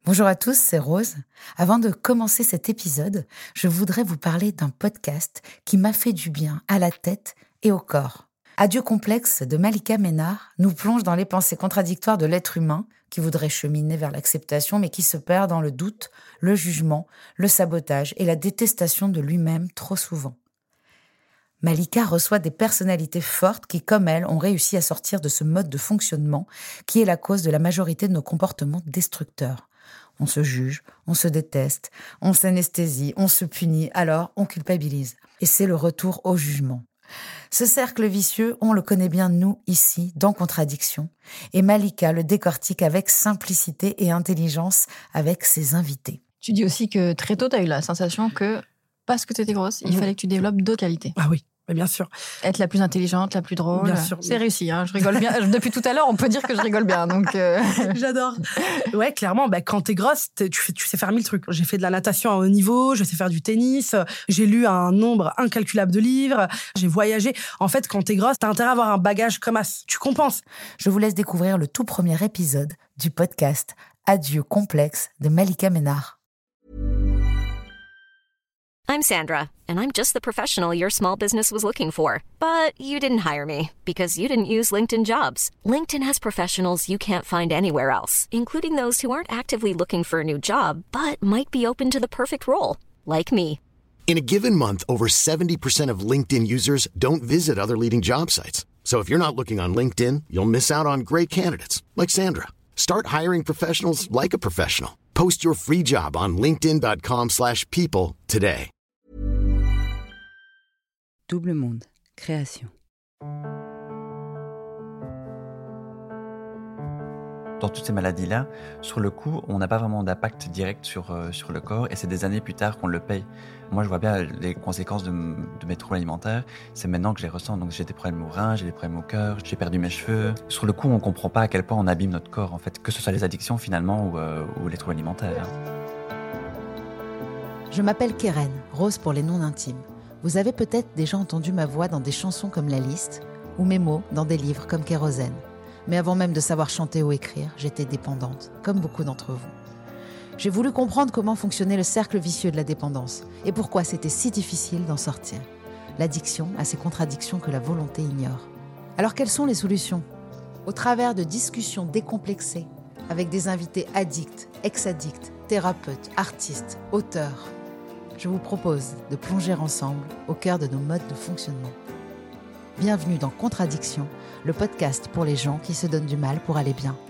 Bonjour à tous, c'est Rose. Avant de commencer cet épisode, je voudrais vous parler d'un podcast qui m'a fait du bien à la tête et au corps. Adieu complexe de Malika Ménard nous plonge dans les pensées contradictoires de l'être humain qui voudrait cheminer vers l'acceptation mais qui se perd dans le doute, le jugement, le sabotage et la détestation de lui-même trop souvent. Malika reçoit des personnalités fortes qui, comme elle, ont réussi à sortir de ce mode de fonctionnement qui est la cause de la majorité de nos comportements destructeurs. On se juge, on se déteste, on s'anesthésie, on se punit, alors on culpabilise. Et c'est le retour au jugement. Ce cercle vicieux, on le connaît bien nous, ici, dans Contradiction. Et Malika le décortique avec simplicité et intelligence avec ses invités. Tu dis aussi que très tôt, tu as eu la sensation que, parce que tu étais grosse, il fallait que tu développes d'autres qualités. Ah oui, bien sûr. Être la plus intelligente, la plus drôle. Bien sûr. C'est réussi, hein, je rigole bien. Depuis tout à l'heure, on peut dire que je rigole bien. Donc J'adore. Ouais, clairement, quand t'es grosse, tu sais faire 1000 trucs. J'ai fait de la natation à haut niveau, je sais faire du tennis, j'ai lu un nombre incalculable de livres, j'ai voyagé. En fait, quand t'es grosse, t'as intérêt à avoir un bagage comme as. Tu compenses. Je vous laisse découvrir le tout premier épisode du podcast Adieu complexe de Malika Ménard. I'm Sandra, and I'm just the professional your small business was looking for. But you didn't hire me because you didn't use LinkedIn Jobs. LinkedIn has professionals you can't find anywhere else, including those who aren't actively looking for a new job, but might be open to the perfect role, like me. In a given month, over 70% of LinkedIn users don't visit other leading job sites. So if you're not looking on LinkedIn, you'll miss out on great candidates like Sandra. Start hiring professionals like a professional. Post your free job on linkedin.com/people today. Double Monde, création. Dans toutes ces maladies-là, sur le coup, on n'a pas vraiment d'impact direct sur le corps et c'est des années plus tard qu'on le paye. Moi, je vois bien les conséquences de mes troubles alimentaires. C'est maintenant que je les ressens. Donc, j'ai des problèmes au rein, j'ai des problèmes au cœur, j'ai perdu mes cheveux. Sur le coup, on ne comprend pas à quel point on abîme notre corps, en fait, que ce soit les addictions finalement ou les troubles alimentaires. Je m'appelle Keren, Rose pour les noms intimes. Vous avez peut-être déjà entendu ma voix dans des chansons comme La Liste ou mes mots dans des livres comme Kérosène. Mais avant même de savoir chanter ou écrire, j'étais dépendante, comme beaucoup d'entre vous. J'ai voulu comprendre comment fonctionnait le cercle vicieux de la dépendance et pourquoi c'était si difficile d'en sortir. L'addiction a ces contradictions que la volonté ignore. Alors quelles sont les solutions ? Au travers de discussions décomplexées avec des invités addicts, ex-addicts, thérapeutes, artistes, auteurs, je vous propose de plonger ensemble au cœur de nos modes de fonctionnement. Bienvenue dans Contradiction, le podcast pour les gens qui se donnent du mal pour aller bien.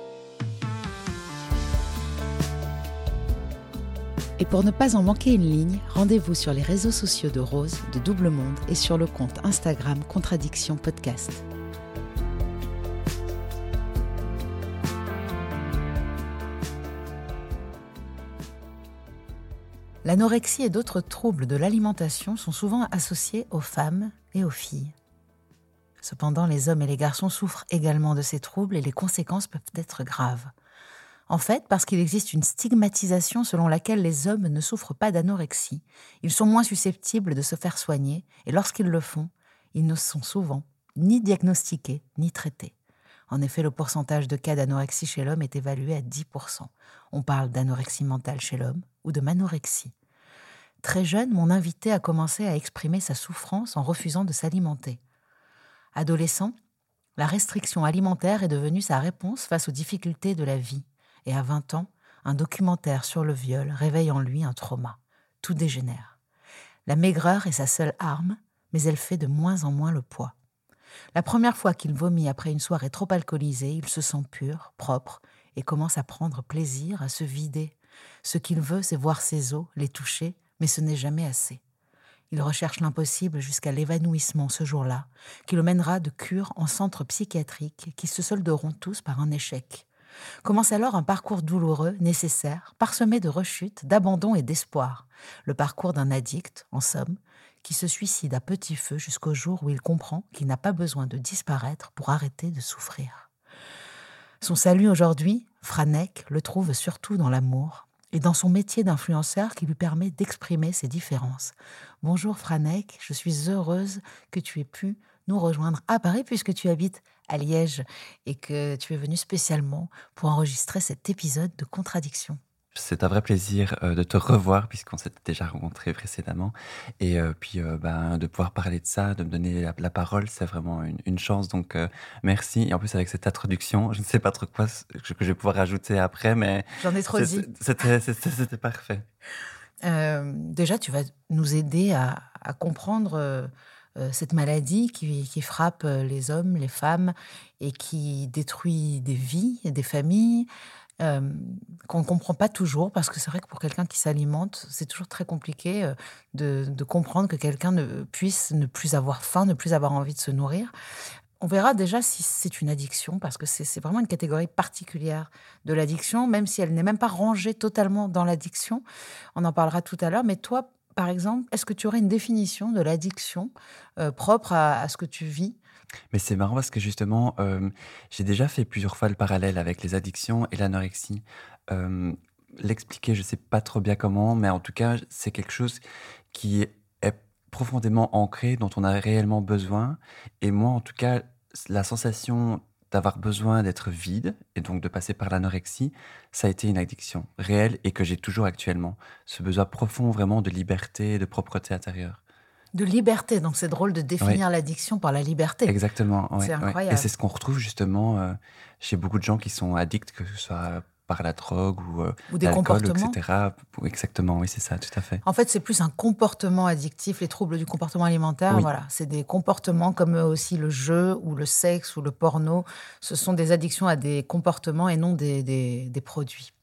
Et pour ne pas en manquer une ligne, rendez-vous sur les réseaux sociaux de Rose, de Double Monde et sur le compte Instagram Contradiction Podcast. L'anorexie et d'autres troubles de l'alimentation sont souvent associés aux femmes et aux filles. Cependant, les hommes et les garçons souffrent également de ces troubles et les conséquences peuvent être graves. En fait, parce qu'il existe une stigmatisation selon laquelle les hommes ne souffrent pas d'anorexie, ils sont moins susceptibles de se faire soigner et lorsqu'ils le font, ils ne sont souvent ni diagnostiqués ni traités. En effet, le pourcentage de cas d'anorexie chez l'homme est évalué à 10%. On parle d'anorexie mentale chez l'homme ou de manorexie. Très jeune, mon invité a commencé à exprimer sa souffrance en refusant de s'alimenter. Adolescent, la restriction alimentaire est devenue sa réponse face aux difficultés de la vie. Et à 20 ans, un documentaire sur le viol réveille en lui un trauma. Tout dégénère. La maigreur est sa seule arme, mais elle fait de moins en moins le poids. La première fois qu'il vomit après une soirée trop alcoolisée, il se sent pur, propre, et commence à prendre plaisir à se vider. Ce qu'il veut, c'est voir ses os, les toucher, mais ce n'est jamais assez. Il recherche l'impossible jusqu'à l'évanouissement ce jour-là, qui le mènera de cure en centre psychiatrique, qui se solderont tous par un échec. Commence alors un parcours douloureux, nécessaire, parsemé de rechutes, d'abandon et d'espoir. Le parcours d'un addict, en somme, qui se suicide à petit feu jusqu'au jour où il comprend qu'il n'a pas besoin de disparaître pour arrêter de souffrir. Son salut aujourd'hui, Franek le trouve surtout dans l'amour et dans son métier d'influenceur qui lui permet d'exprimer ses différences. Bonjour Franek, je suis heureuse que tu aies pu nous rejoindre à Paris puisque tu habites à Liège et que tu es venu spécialement pour enregistrer cet épisode de Contradiction. C'est un vrai plaisir de te revoir puisqu'on s'était déjà rencontrés précédemment. Et puis de pouvoir parler de ça, de me donner la parole, c'est vraiment une chance. Donc merci. Et en plus avec cette introduction, je ne sais pas trop quoi que je vais pouvoir rajouter après, mais J'en ai trop dit. C'était parfait. Déjà, tu vas nous aider à comprendre cette maladie qui frappe les hommes, les femmes et qui détruit des vies et des familles. Qu'on ne comprend pas toujours, parce que c'est vrai que pour quelqu'un qui s'alimente, c'est toujours très compliqué de comprendre que quelqu'un puisse ne plus avoir faim, ne plus avoir envie de se nourrir. On verra déjà si c'est une addiction, parce que c'est vraiment une catégorie particulière de l'addiction, même si elle n'est même pas rangée totalement dans l'addiction. On en parlera tout à l'heure, mais toi, par exemple, est-ce que tu aurais une définition de l'addiction propre à ce que tu vis ? Mais c'est marrant parce que justement, j'ai déjà fait plusieurs fois le parallèle avec les addictions et l'anorexie. L'expliquer, je ne sais pas trop bien comment, mais en tout cas, c'est quelque chose qui est profondément ancré, dont on a réellement besoin. Et moi, en tout cas, la sensation d'avoir besoin d'être vide et donc de passer par l'anorexie, ça a été une addiction réelle et que j'ai toujours actuellement. Ce besoin profond vraiment de liberté, de propreté intérieure. De liberté, donc c'est drôle de définir l'addiction par la liberté. Exactement, ouais, c'est incroyable. Ouais. Et c'est ce qu'on retrouve justement chez beaucoup de gens qui sont addicts, que ce soit par la drogue ou des comportements, etc. Exactement, oui, c'est ça, tout à fait. En fait, c'est plus un comportement addictif, les troubles du comportement alimentaire. Oui. Voilà, c'est des comportements comme aussi le jeu ou le sexe ou le porno. Ce sont des addictions à des comportements et non des produits.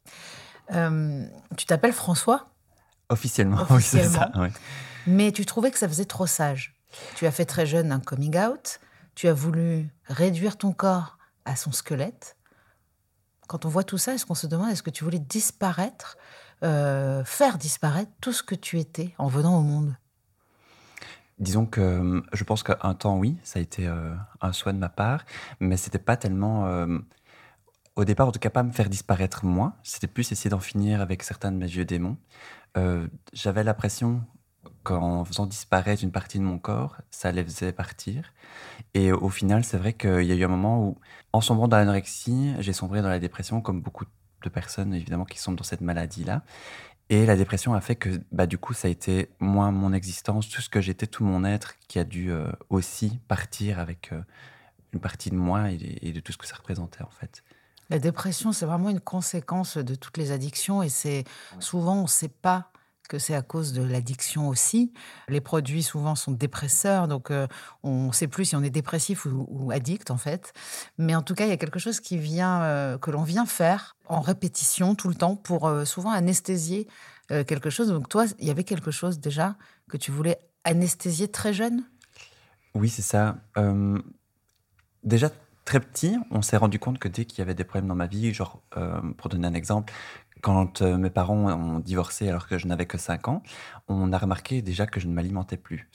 Tu t'appelles François ? Officiellement, oui, c'est ça. Oui. Mais tu trouvais que ça faisait trop sage. Tu as fait très jeune un coming out. Tu as voulu réduire ton corps à son squelette. Quand on voit tout ça, est-ce qu'on se demande, est-ce que tu voulais disparaître, faire disparaître tout ce que tu étais en venant au monde ? Disons que je pense qu'un temps, oui, ça a été un souhait de ma part, mais c'était pas tellement... au départ, en tout cas, pas me faire disparaître moi. C'était plus essayer d'en finir avec certains de mes vieux démons. J'avais l'impression qu'en faisant disparaître une partie de mon corps, ça les faisait partir. Et au final, c'est vrai qu'il y a eu un moment où, en sombrant dans l'anorexie, j'ai sombré dans la dépression, comme beaucoup de personnes, évidemment, qui sont dans cette maladie-là. Et la dépression a fait que, du coup, ça a été, moi, mon existence, tout ce que j'étais, tout mon être, qui a dû aussi partir avec une partie de moi et de tout ce que ça représentait, en fait. La dépression, c'est vraiment une conséquence de toutes les addictions et souvent, on ne sait pas que c'est à cause de l'addiction aussi. Les produits, souvent, sont dépresseurs, donc on ne sait plus si on est dépressif ou addict, en fait. Mais en tout cas, il y a quelque chose que l'on vient faire en répétition tout le temps pour souvent anesthésier quelque chose. Donc toi, il y avait quelque chose déjà que tu voulais anesthésier très jeune ? Oui, c'est ça. Déjà, très petit, on s'est rendu compte que dès qu'il y avait des problèmes dans ma vie, genre, pour donner un exemple, quand mes parents ont divorcé alors que je n'avais que 5 ans, on a remarqué déjà que je ne m'alimentais plus.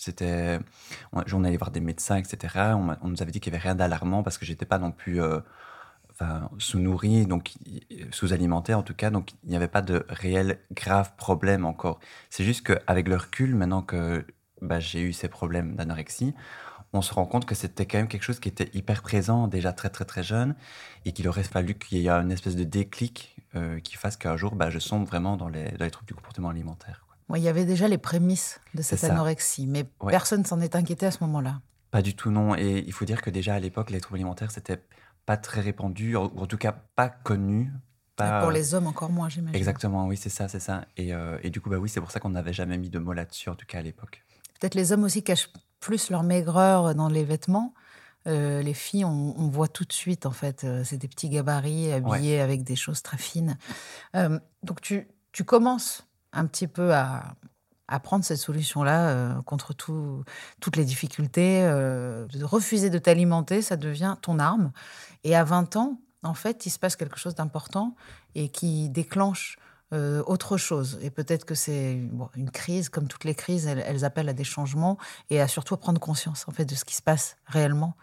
On allait voir des médecins, etc. On nous avait dit qu'il n'y avait rien d'alarmant parce que je n'étais pas non plus sous-nourri, donc sous-alimenté en tout cas, donc il n'y avait pas de réel grave problème encore. C'est juste qu'avec le recul, maintenant que j'ai eu ces problèmes d'anorexie, on se rend compte que c'était quand même quelque chose qui était hyper présent déjà très très très jeune et qu'il aurait fallu qu'il y ait une espèce de déclic qui fasse qu'un jour je sombre vraiment dans les troubles du comportement alimentaire. Ouais, il y avait déjà les prémices de cette anorexie, mais personne s'en est inquiété à ce moment-là. Pas du tout, non. Et il faut dire que déjà à l'époque, les troubles alimentaires, c'était pas très répandu, ou en tout cas pas connu. Pour les hommes encore moins, j'imagine. Exactement, oui, c'est ça. Et du coup, oui, c'est pour ça qu'on n'avait jamais mis de mots là-dessus, en tout cas à l'époque. Peut-être les hommes aussi cachent plus leur maigreur dans les vêtements. Les filles, on voit tout de suite, en fait. C'est des petits gabarits habillés avec des choses très fines. Donc, tu commences un petit peu à prendre cette solution-là contre toutes les difficultés. De refuser de t'alimenter, ça devient ton arme. Et à 20 ans, en fait, il se passe quelque chose d'important et qui déclenche autre chose. Et peut-être que c'est une crise, comme toutes les crises, elles appellent à des changements et surtout à prendre conscience en fait, de ce qui se passe réellement.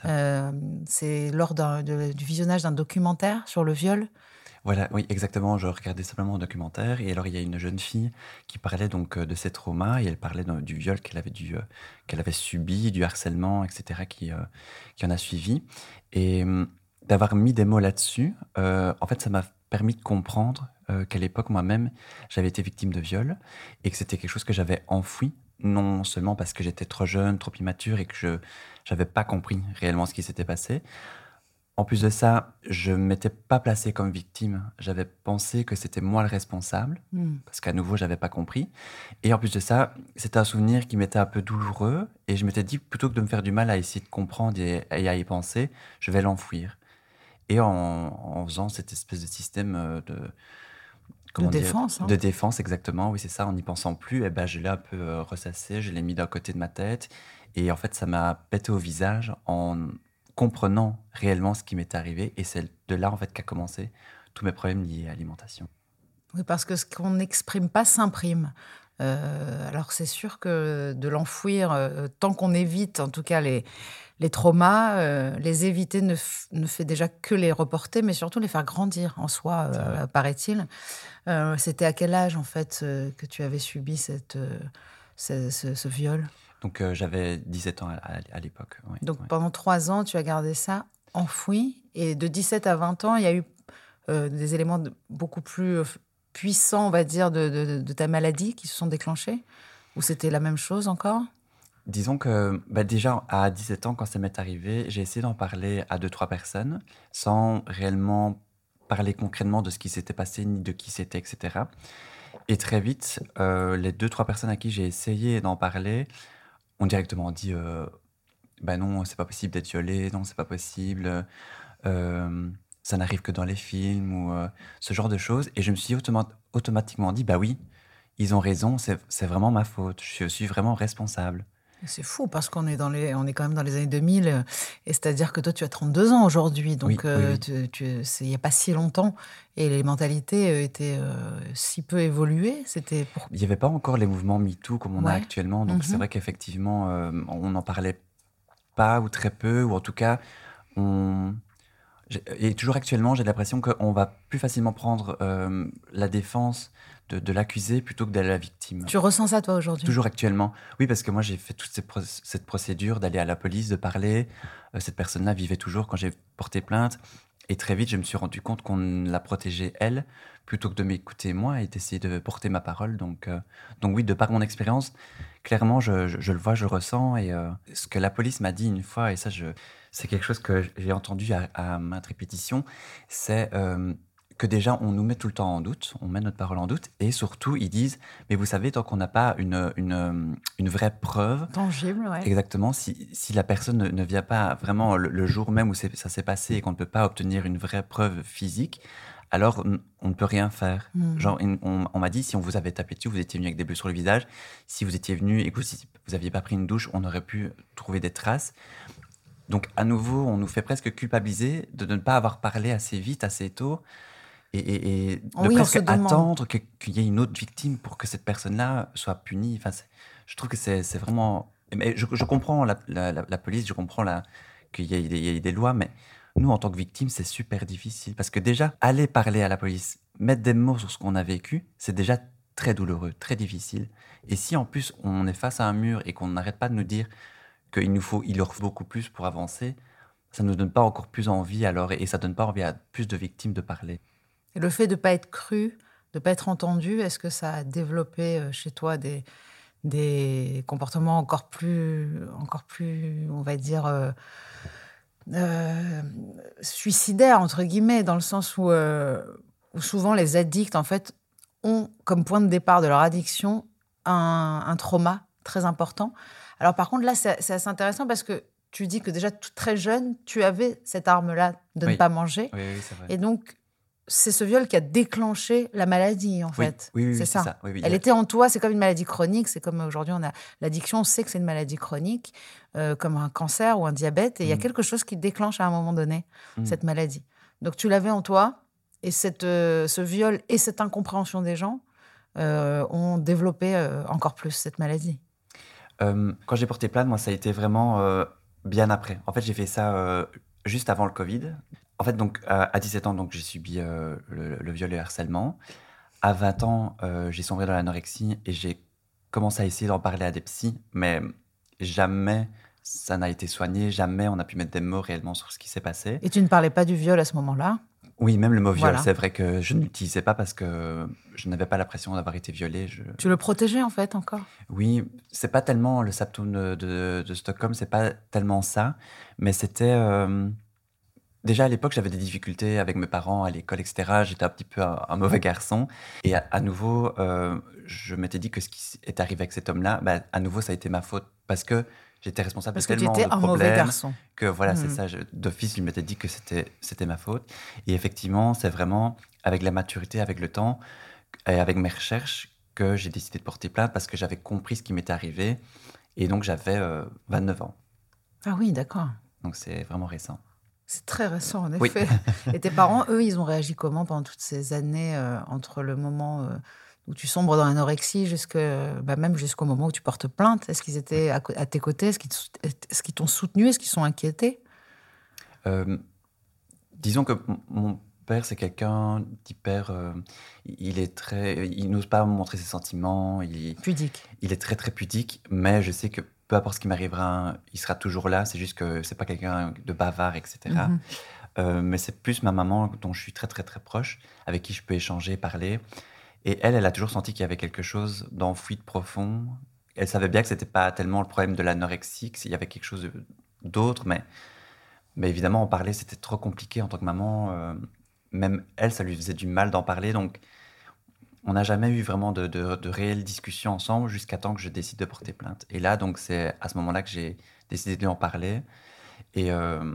C'est lors du visionnage d'un documentaire sur le viol. Voilà, oui, exactement. Je regardais simplement un documentaire et alors il y a une jeune fille qui parlait donc de ses traumas et elle parlait du viol qu'elle avait subi, du harcèlement, etc. qui en a suivi. Et d'avoir mis des mots là-dessus, en fait, ça m'a permis de comprendre qu'à l'époque, moi-même, j'avais été victime de viol et que c'était quelque chose que j'avais enfoui, non seulement parce que j'étais trop jeune, trop immature et que je n'avais pas compris réellement ce qui s'était passé. En plus de ça, je ne m'étais pas placé comme victime. J'avais pensé que c'était moi le responsable, parce qu'à nouveau, je n'avais pas compris. Et en plus de ça, c'était un souvenir qui m'était un peu douloureux. Et je m'étais dit, plutôt que de me faire du mal à essayer de comprendre et à y penser, je vais l'enfouir. Et en faisant cette espèce de système de défense. De défense, exactement. Oui, c'est ça. En n'y pensant plus, je l'ai un peu ressassé, je l'ai mis d'un côté de ma tête. Et en fait, ça m'a pété au visage en comprenant réellement ce qui m'était arrivé. Et c'est de là, en fait, qu'a commencé tous mes problèmes liés à l'alimentation. Oui, parce que ce qu'on n'exprime pas s'imprime. Alors, c'est sûr que de l'enfouir, tant qu'on évite, en tout cas, les traumas, les éviter ne fait déjà que les reporter, mais surtout les faire grandir en soi, paraît-il. C'était à quel âge, en fait, que tu avais subi ce viol ? Donc, j'avais 17 ans à l'époque. Oui, donc, pendant 3 ans, tu as gardé ça enfoui. Et de 17 à 20 ans, il y a eu des éléments beaucoup plus puissants, on va dire, de ta maladie qui se sont déclenchés ? Ou c'était la même chose encore ? Disons que déjà, à 17 ans, quand ça m'est arrivé, j'ai essayé d'en parler à 2-3 personnes, sans réellement parler concrètement de ce qui s'était passé, ni de qui c'était, etc. Et très vite, les 2-3 personnes à qui j'ai essayé d'en parler ont directement dit non, c'est pas possible d'être violée, non, c'est pas possible, ça n'arrive que dans les films, ou ce genre de choses. Et je me suis automatiquement dit, oui, ils ont raison, c'est vraiment ma faute, je suis vraiment responsable. C'est fou parce qu'on est quand même dans les années 2000, et c'est-à-dire que toi tu as 32 ans aujourd'hui, donc il n'y a pas si longtemps, et les mentalités étaient si peu évoluées. Il n'y avait pas encore les mouvements MeToo comme on a actuellement, donc c'est vrai qu'effectivement on n'en parlait pas ou très peu, ou en tout cas et toujours actuellement j'ai l'impression qu'on va plus facilement prendre la défense de l'accusé plutôt que de la victime. Tu ressens ça, toi, aujourd'hui ? Toujours actuellement. Oui, parce que moi, j'ai fait toute cette procédure d'aller à la police, de parler. Cette personne-là vivait toujours quand j'ai porté plainte. Et très vite, je me suis rendu compte qu'on la protégeait, elle, plutôt que de m'écouter, moi, et d'essayer de porter ma parole. Donc oui, de par mon expérience, clairement, je le vois, je le ressens. Et ce que la police m'a dit une fois, et ça, c'est quelque chose que j'ai entendu à maintes répétitions, c'est... que déjà, on nous met tout le temps en doute, on met notre parole en doute, et surtout, ils disent, mais vous savez, tant qu'on n'a pas une vraie preuve... tangible, ouais. Exactement, si la personne ne vient pas vraiment le jour même où ça s'est passé et qu'on ne peut pas obtenir une vraie preuve physique, alors on ne peut rien faire. Genre, on m'a dit, si on vous avait tapé dessus, vous étiez venu avec des bleus sur le visage, si vous étiez venu et que vous n'aviez pas pris une douche, on aurait pu trouver des traces. Donc, à nouveau, on nous fait presque culpabiliser de ne pas avoir parlé assez vite, assez tôt, et de presque attendre qu'il y ait une autre victime pour que cette personne-là soit punie. Enfin, je trouve que c'est vraiment... Mais je comprends la police, je comprends qu'il y ait des lois, mais nous, en tant que victimes, c'est super difficile. Parce que déjà, aller parler à la police, mettre des mots sur ce qu'on a vécu, c'est déjà très douloureux, très difficile. Et si en plus, on est face à un mur et qu'on n'arrête pas de nous dire qu'il leur faut beaucoup plus pour avancer, ça ne nous donne pas encore plus envie, et ça ne donne pas envie à plus de victimes de parler. Et le fait de ne pas être cru, de ne pas être entendu, est-ce que ça a développé chez toi des comportements encore plus, on va dire, suicidaires, entre guillemets, dans le sens où souvent les addicts, en fait, ont comme point de départ de leur addiction un trauma très important. Alors par contre, là, c'est assez intéressant parce que tu dis que déjà très jeune, tu avais cette arme-là de ne pas manger. Oui, c'est vrai. Et donc, c'est ce viol qui a déclenché la maladie, en fait. Oui, c'est ça. Oui, Elle était en toi, c'est comme une maladie chronique. C'est comme aujourd'hui, on a l'addiction, on sait que c'est une maladie chronique, comme un cancer ou un diabète. Et il y a quelque chose qui déclenche à un moment donné cette maladie. Donc, tu l'avais en toi. Et ce viol et cette incompréhension des gens ont développé encore plus cette maladie. Quand j'ai porté plainte, moi, ça a été vraiment bien après. En fait, j'ai fait ça juste avant le Covid. En fait, donc, à 17 ans, donc, j'ai subi le viol et le harcèlement. À 20 ans, j'ai sombré dans l'anorexie et j'ai commencé à essayer d'en parler à des psys, mais jamais ça n'a été soigné, jamais on a pu mettre des mots réellement sur ce qui s'est passé. Et tu ne parlais pas du viol à ce moment-là ? Oui, même le mot viol, Voilà. c'est vrai que je ne l'utilisais pas parce que je n'avais pas l'impression d'avoir été violée. Tu le protégeais en fait encore? Oui, c'est pas tellement le symptôme de Stockholm, c'est pas tellement ça, mais c'était déjà à l'époque j'avais des difficultés avec mes parents à l'école, etc. J'étais un petit peu un mauvais garçon et à nouveau je m'étais dit que ce qui est arrivé avec cet homme-là, bah, à nouveau ça a été ma faute parce que j'étais responsable Parce de que tu tellement étais de un mauvais problèmes garçon. que voilà, c'est Mhm. ça. D'office, je m'étais dit que c'était ma faute. Et effectivement, c'est vraiment avec la maturité, avec le temps et avec mes recherches que j'ai décidé de porter plainte parce que j'avais compris ce qui m'était arrivé. Et donc, j'avais 29 ans. Ah oui, d'accord. Donc, c'est vraiment récent. C'est très récent, en Oui. effet. Et tes parents, eux, ils ont réagi comment pendant toutes ces années entre le moment où tu sombres dans l'anorexie même jusqu'au moment où tu portes plainte? Est-ce qu'ils étaient à tes côtés? Est-ce qu'ils t'ont soutenu? Est-ce qu'ils sont inquiétés? Euh, Disons que mon père, c'est quelqu'un d'hyper... il n'ose pas montrer ses sentiments. Pudique. Il est très, très pudique. Mais je sais que peu importe ce qui m'arrivera, il sera toujours là. C'est juste que c'est pas quelqu'un de bavard, etc. Mhm. Mais c'est plus ma maman, dont je suis très, très, très proche, avec qui je peux échanger, parler. Et elle a toujours senti qu'il y avait quelque chose d'enfoui de profond. Elle savait bien que c'était pas tellement le problème de l'anorexie, qu'il y avait quelque chose d'autre, mais évidemment, en parler, c'était trop compliqué en tant que maman. Même elle, ça lui faisait du mal d'en parler. Donc, on n'a jamais eu vraiment de réelles discussions ensemble jusqu'à temps que je décide de porter plainte. Et là, donc, c'est à ce moment-là que j'ai décidé de lui en parler. Et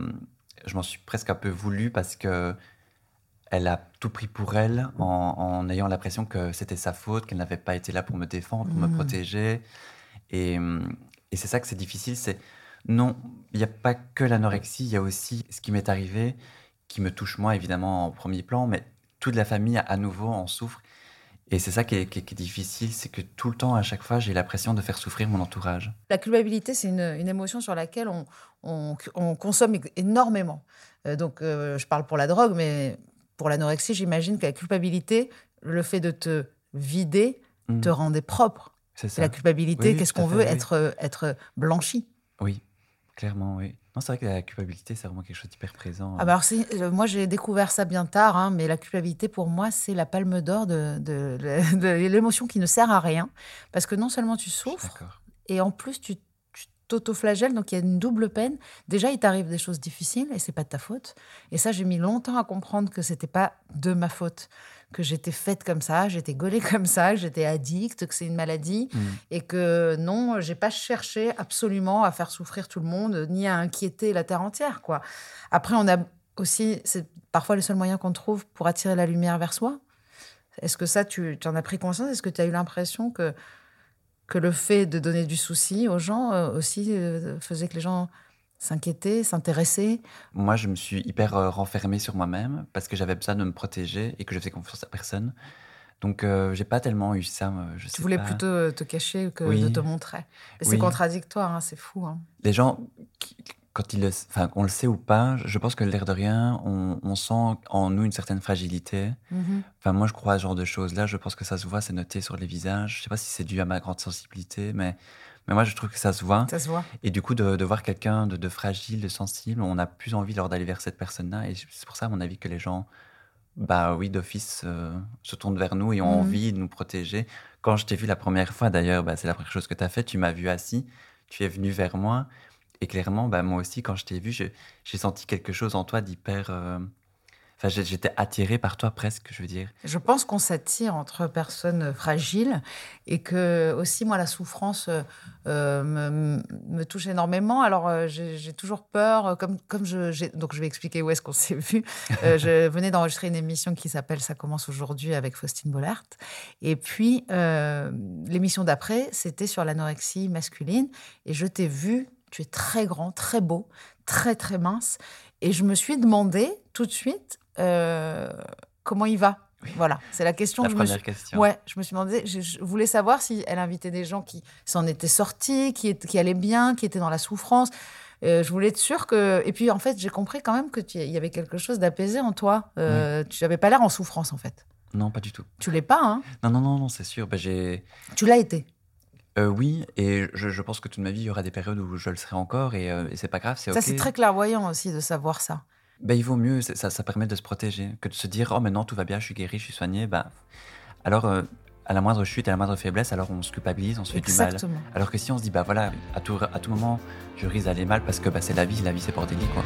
je m'en suis presque un peu voulu parce que elle a tout pris pour elle en ayant l'impression que c'était sa faute, qu'elle n'avait pas été là pour me défendre, pour me protéger. Et, et c'est ça que c'est difficile, c'est non, il n'y a pas que l'anorexie, il y a aussi ce qui m'est arrivé, qui me touche moi évidemment en premier plan, mais toute la famille à nouveau en souffre. Et c'est ça qui est difficile, c'est que tout le temps, à chaque fois, j'ai l'impression de faire souffrir mon entourage. La culpabilité, c'est une émotion sur laquelle on consomme énormément. Je parle pour la drogue, mais pour l'anorexie, j'imagine que la culpabilité, le fait de te vider, te rendait propre. C'est Et ça. la culpabilité, Oui, qu'est-ce tout à qu'on fait, veut? oui. Être blanchi. Oui, clairement, oui. Non, c'est vrai que la culpabilité, c'est vraiment quelque chose d'hyper présent. Ah bah alors moi, j'ai découvert ça bien tard, hein, mais la culpabilité, pour moi, c'est la palme d'or de l'émotion qui ne sert à rien. Parce que non seulement tu Je suis souffres, d'accord. et en plus, tu t'auto-flagelles, donc il y a une double peine. Déjà, il t'arrive des choses difficiles, et c'est pas de ta faute. Et ça, j'ai mis longtemps à comprendre que c'était pas de ma faute, que j'étais faite comme ça, j'étais gaulée comme ça, que j'étais addict, que c'est une maladie, et que non, j'ai pas cherché absolument à faire souffrir tout le monde, ni à inquiéter la terre entière, quoi. Après, on a aussi, c'est parfois le seul moyen qu'on trouve pour attirer la lumière vers soi. Est-ce que ça, tu en as pris conscience? Est-ce que tu as eu l'impression que le fait de donner du souci aux gens aussi faisait que les gens s'inquiétaient, s'intéressaient? Moi, je me suis hyper renfermé sur moi-même parce que j'avais besoin de me protéger et que je faisais confiance à personne. Donc, j'ai pas tellement eu ça. Je Tu sais voulais pas. plutôt te cacher que de Oui. te montrer. Mais c'est Oui. contradictoire, hein, c'est fou. Hein. Les gens, quand on le sait ou pas, je pense que l'air de rien, on sent en nous une certaine fragilité. Enfin, moi, je crois à ce genre de choses-là. Je pense que ça se voit, c'est noté sur les visages. Je sais pas si c'est dû à ma grande sensibilité, mais moi, je trouve que ça se voit. Ça se voit. Et du coup, de voir quelqu'un de fragile, de sensible, on a plus envie alors d'aller vers cette personne-là. Et c'est pour ça, à mon avis, que les gens, bah oui, d'office, se tournent vers nous et ont envie de nous protéger. Quand je t'ai vu la première fois, d'ailleurs, bah, c'est la première chose que tu as fait. Tu m'as vu assis, tu es venu vers moi. Et clairement, bah, moi aussi, quand je t'ai vu, j'ai senti quelque chose en toi d'hyper... Enfin, j'étais attiré par toi presque, je veux dire. Je pense qu'on s'attire entre personnes fragiles et que aussi, moi, la souffrance me touche énormément. Alors, j'ai toujours peur, donc je vais expliquer où est-ce qu'on s'est vu. Je venais d'enregistrer une émission qui s'appelle « Ça commence aujourd'hui » avec Faustine Bollaert. Et puis, l'émission d'après, c'était sur l'anorexie masculine. Et je t'ai vu, tu es très grand, très beau, très, très mince. Et je me suis demandé tout de suite comment il va. Oui. Voilà, c'est la question. La première question. Ouais, je me suis demandé, je voulais savoir si elle invitait des gens qui s'en étaient sortis, qui allaient bien, qui étaient dans la souffrance. Je voulais être sûre que... Et puis, en fait, j'ai compris quand même qu'il y avait quelque chose d'apaisé en toi. Oui. Tu n'avais pas l'air en souffrance, en fait. Non, pas du tout. Tu l'es pas, hein? Non, c'est sûr. Tu l'as été. Oui, et je pense que toute ma vie, il y aura des périodes où je le serai encore, et c'est pas grave, c'est ça, OK. C'est très clairvoyant aussi de savoir ça. Il vaut mieux, ça permet de se protéger, que de se dire « Oh, maintenant, tout va bien, je suis guéri, je suis soigné. » Alors, à la moindre chute, à la moindre faiblesse, alors on se culpabilise, on se fait du mal. Exactement. Alors que si on se dit « Voilà, à tout moment, je risque d'aller mal parce que c'est la vie, c'est bordélique, quoi. »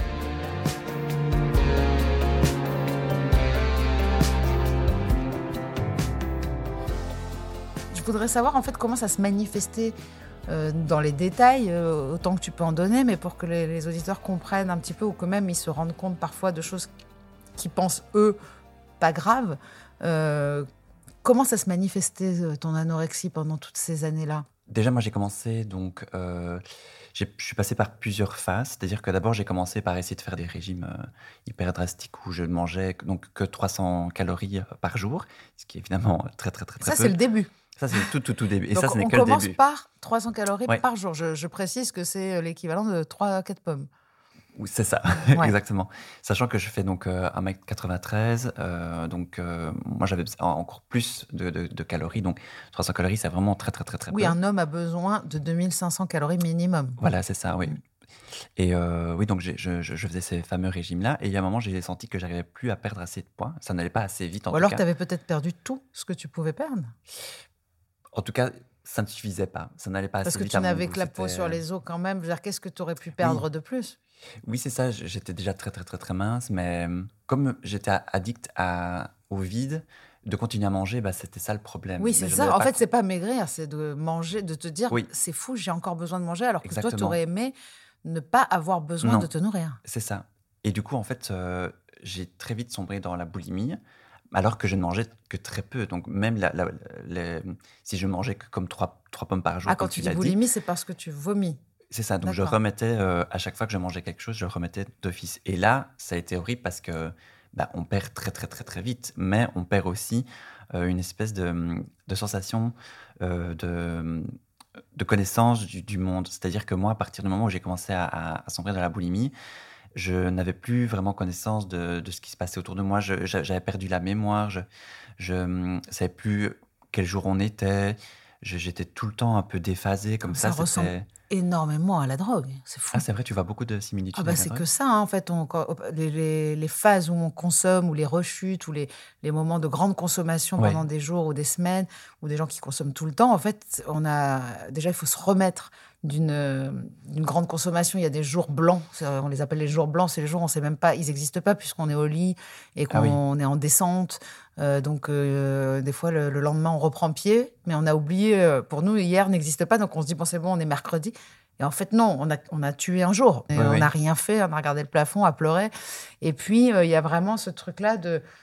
Je voudrais savoir en fait comment ça se manifestait dans les détails, autant que tu peux en donner, mais pour que les auditeurs comprennent un petit peu ou que même ils se rendent compte parfois de choses qu'ils pensent, eux, pas graves. Comment ça se manifestait ton anorexie pendant toutes ces années-là ? Déjà, moi, j'ai commencé, donc, je suis passé par plusieurs phases. C'est-à-dire que d'abord, j'ai commencé par essayer de faire des régimes hyper drastiques où je ne mangeais donc que 300 calories par jour, ce qui est évidemment très, très, très, très Ça, peu. c'est le début. Ça, c'est le tout début. Et Donc, ça, ce n'est on que le commence début. par 300 calories Ouais. par jour. Je précise que c'est l'équivalent de 3-4 pommes. Oui, c'est ça, Ouais. exactement. Sachant que je fais donc 1m93, donc moi j'avais encore plus de calories, donc 300 calories, c'est vraiment très, très, très, très Oui, peu. un homme a besoin de 2500 calories minimum. Voilà, c'est ça, oui. Et oui, donc je faisais ces fameux régimes-là, et il y a un moment, j'ai senti que j'arrivais plus à perdre assez de poids. Ça n'allait pas assez vite, en Ou tout alors, cas. tu avais peut-être perdu tout ce que tu pouvais perdre. En tout cas, ça ne suffisait pas. Ça n'allait pas Parce assez que vite tu à mon n'avais goût. que la peau C'était- sur les os quand même. Je veux dire, qu'est-ce que tu aurais pu perdre de plus ? Oui, c'est ça. J'étais déjà très, très, très, très mince, mais comme j'étais addict au vide, de continuer à manger, c'était ça le problème. Oui, Mais c'est je ça. n'avais En pas fait, c'est pas maigrir, c'est de manger, de te dire, Oui. c'est fou, j'ai encore besoin de manger, alors que toi, tu Exactement. aurais aimé ne pas avoir besoin Non. de te nourrir. C'est ça. Et du coup, en fait, j'ai très vite sombré dans la boulimie, alors que je ne mangeais que très peu. Donc, même si je mangeais que comme 3 pommes par jour, Ah, quand comme tu tu dis l'as dit, boulimie, c'est parce que tu vomis. c'est ça. Donc, je D'accord. remettais, à chaque fois que je mangeais quelque chose, je le remettais d'office. Et là, ça a été horrible parce que on perd très, très, très, très vite, mais on perd aussi une espèce de sensation de connaissance du monde. C'est-à-dire que moi, à partir du moment où j'ai commencé à sombrer dans la boulimie, je n'avais plus vraiment connaissance de ce qui se passait autour de moi. J'avais perdu la mémoire. Je ne savais plus quel jour on était. J'étais tout le temps un peu déphasé comme ça. Ça ressemble énormément à la drogue. C'est fou. Ah, c'est vrai, tu vois beaucoup de similitudes Ah avec la c'est drogue. que ça, hein, en fait. Les phases où on consomme, ou les rechutes, ou les moments de grande consommation Ouais. pendant des jours ou des semaines, ou des gens qui consomment tout le temps, en fait, déjà, il faut se remettre d'une grande consommation. Il y a des jours blancs, on les appelle les jours blancs, c'est les jours où on ne sait même pas, ils n'existent pas puisqu'on est au lit et qu'on est en descente. Donc, des fois, le lendemain, on reprend pied, mais on a oublié, pour nous, hier n'existe pas, donc on se dit, bon, c'est bon, on est mercredi. Et en fait, non, on a tué un jour. Et on n'a rien fait, on a regardé le plafond, à pleurer. Et puis, il y a vraiment ce truc-là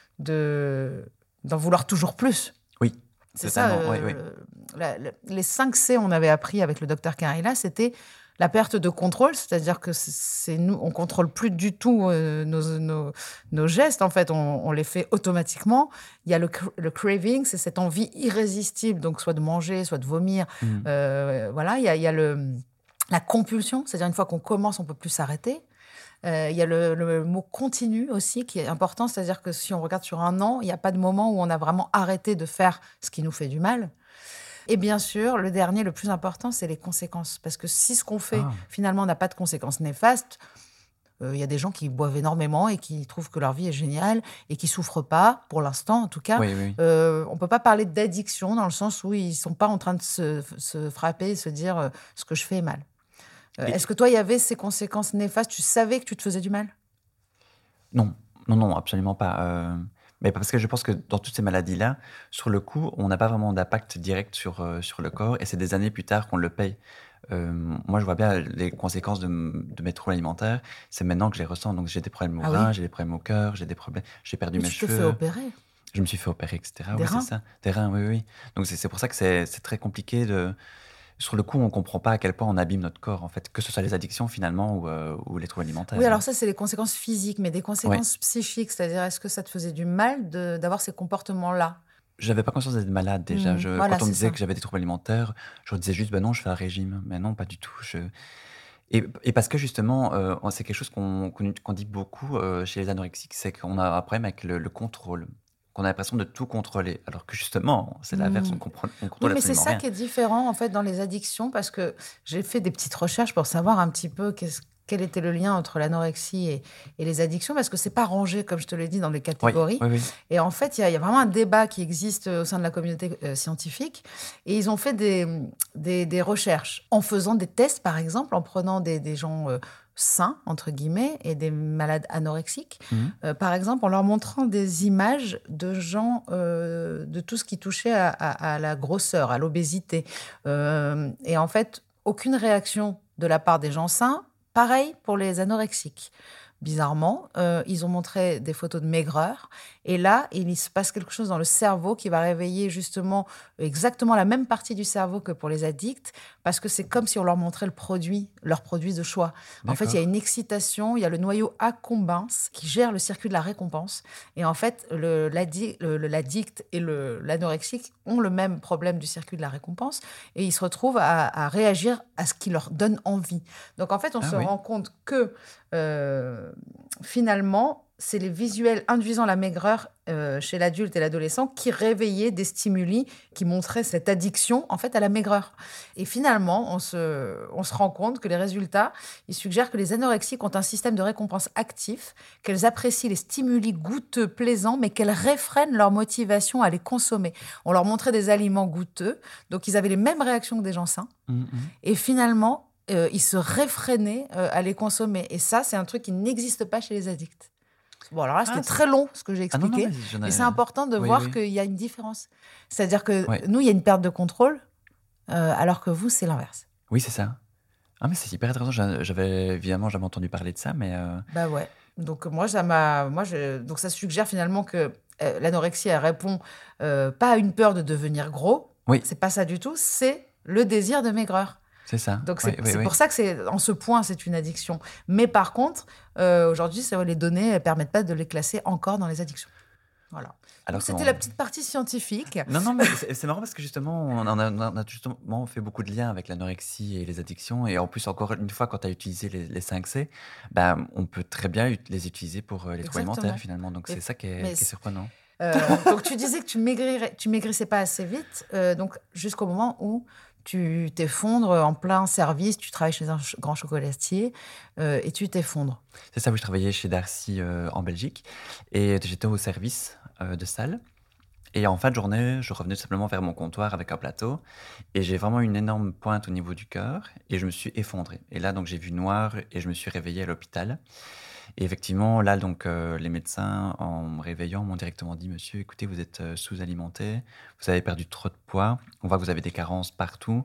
d'en vouloir toujours plus. Oui, C'est ça. totalement, oui. Les 5 C, on avait appris avec le docteur Carilla, c'était la perte de contrôle, c'est-à-dire que nous, on contrôle plus du tout nos gestes. En fait, on les fait automatiquement. Il y a le craving, c'est cette envie irrésistible, donc soit de manger, soit de vomir. Voilà, il y a la compulsion, c'est-à-dire une fois qu'on commence, on peut plus s'arrêter. Il y a le mot continu aussi qui est important, c'est-à-dire que si on regarde sur un an, il n'y a pas de moment où on a vraiment arrêté de faire ce qui nous fait du mal. Et bien sûr, le dernier, le plus important, c'est les conséquences. Parce que si ce qu'on fait, finalement, n'a pas de conséquences néfastes, il y a des gens qui boivent énormément et qui trouvent que leur vie est géniale et qui ne souffrent pas, pour l'instant en tout cas. Oui. On ne peut pas parler d'addiction dans le sens où ils ne sont pas en train de se frapper et se dire ce que je fais est mal. Est-ce que toi, il y avait ces conséquences néfastes ? Tu savais que tu te faisais du mal ? Non, absolument pas. Mais parce que je pense que dans toutes ces maladies-là, sur le coup, on n'a pas vraiment d'impact direct sur le corps, et c'est des années plus tard qu'on le paye. Moi, je vois bien les conséquences de mes troubles alimentaires. C'est maintenant que je les ressens. Donc, j'ai des problèmes au rein, j'ai des problèmes au cœur, j'ai perdu mes cheveux. Tu t'es cheveux. fait opérer ? Je me suis fait opérer, etc. Des reins ? C'est ça. Des reins, oui. Donc, c'est pour ça que c'est très compliqué de... Sur le coup, on ne comprend pas à quel point on abîme notre corps, en fait, que ce soit les addictions, finalement, ou les troubles alimentaires. Oui, alors ça, c'est les conséquences physiques, mais des conséquences psychiques, c'est-à-dire, est-ce que ça te faisait du mal d'avoir ces comportements-là ? Je n'avais pas conscience d'être malade, déjà. Voilà, quand on me disait ça. que j'avais des troubles alimentaires, je disais juste, non, je fais un régime. Mais non, pas du tout. Et parce que, justement, c'est quelque chose qu'on dit beaucoup chez les anorexiques, c'est qu'on a un problème avec le contrôle. Qu'on a l'impression de tout contrôler, alors que justement, c'est l'inverse, on contrôle Oui, mais c'est absolument ça rien. qui est différent, en fait, dans les addictions, parce que j'ai fait des petites recherches pour savoir un petit peu quel était le lien entre l'anorexie et les addictions, parce que c'est pas rangé, comme je te l'ai dit, dans les catégories. Oui. Et en fait, il y a vraiment un débat qui existe au sein de la communauté scientifique. Et ils ont fait des recherches en faisant des tests, par exemple, en prenant des gens sains, entre guillemets, et des malades anorexiques. Par exemple, en leur montrant des images de gens, de tout ce qui touchait à la grosseur, à l'obésité. Et en fait, aucune réaction de la part des gens sains. Pareil pour les anorexiques. Bizarrement, ils ont montré des photos de maigreur. Et là, il se passe quelque chose dans le cerveau qui va réveiller justement exactement la même partie du cerveau que pour les addicts, parce que c'est comme si on leur montrait leur produit de choix. D'accord. En fait, il y a une excitation, il y a le noyau accumbens qui gère le circuit de la récompense. Et en fait, l'addict et l'anorexique ont le même problème du circuit de la récompense et ils se retrouvent à réagir à ce qui leur donne envie. Donc, en fait, on se rend compte que finalement, c'est les visuels induisant la maigreur chez l'adulte et l'adolescent qui réveillaient des stimuli qui montraient cette addiction en fait à la maigreur. Et finalement, on se rend compte que les résultats, ils suggèrent que les anorexiques ont un système de récompense actif, qu'elles apprécient les stimuli goûteux, plaisants, mais qu'elles réfrènent leur motivation à les consommer. On leur montrait des aliments goûteux, donc ils avaient les mêmes réactions que des gens sains. Et finalement, ils se réfrénaient à les consommer. Et ça, c'est un truc qui n'existe pas chez les addicts. Bon, alors là, c'était très long, ce que j'ai expliqué. Mais c'est important de voir qu'il y a une différence. C'est-à-dire que nous, il y a une perte de contrôle, alors que vous, c'est l'inverse. Oui, c'est ça. Ah, mais c'est hyper intéressant. J'avais évidemment jamais entendu parler de ça, mais... Bah ouais. Donc, donc ça suggère finalement que l'anorexie, elle répond pas à une peur de devenir gros. Oui. C'est pas ça du tout. C'est le désir de maigreur. C'est ça. Donc, c'est pour ça que en ce point, c'est une addiction. Mais par contre, aujourd'hui, les données ne permettent pas de les classer encore dans les addictions. Voilà. Donc, c'était la petite partie scientifique. Non, mais c'est marrant parce que justement, on a justement fait beaucoup de liens avec l'anorexie et les addictions. Et en plus, encore une fois, quand tu as utilisé les 5C, on peut très bien les utiliser pour les troubles alimentaires finalement. Donc, c'est ça qui est surprenant. Donc, tu disais que tu maigrissais pas assez vite, donc jusqu'au moment où tu t'effondres en plein service, tu travailles chez un grand chocolatier et tu t'effondres. C'est ça, oui, je travaillais chez Darcy en Belgique et j'étais au service de salle. Et en fin de journée, je revenais tout simplement vers mon comptoir avec un plateau et j'ai vraiment une énorme pointe au niveau du cœur et je me suis effondré. Et là, donc, j'ai vu noir et je me suis réveillé à l'hôpital. Et effectivement, là, donc, les médecins, en me réveillant, m'ont directement dit « Monsieur, écoutez, vous êtes sous-alimenté, vous avez perdu trop de poids, on voit que vous avez des carences partout,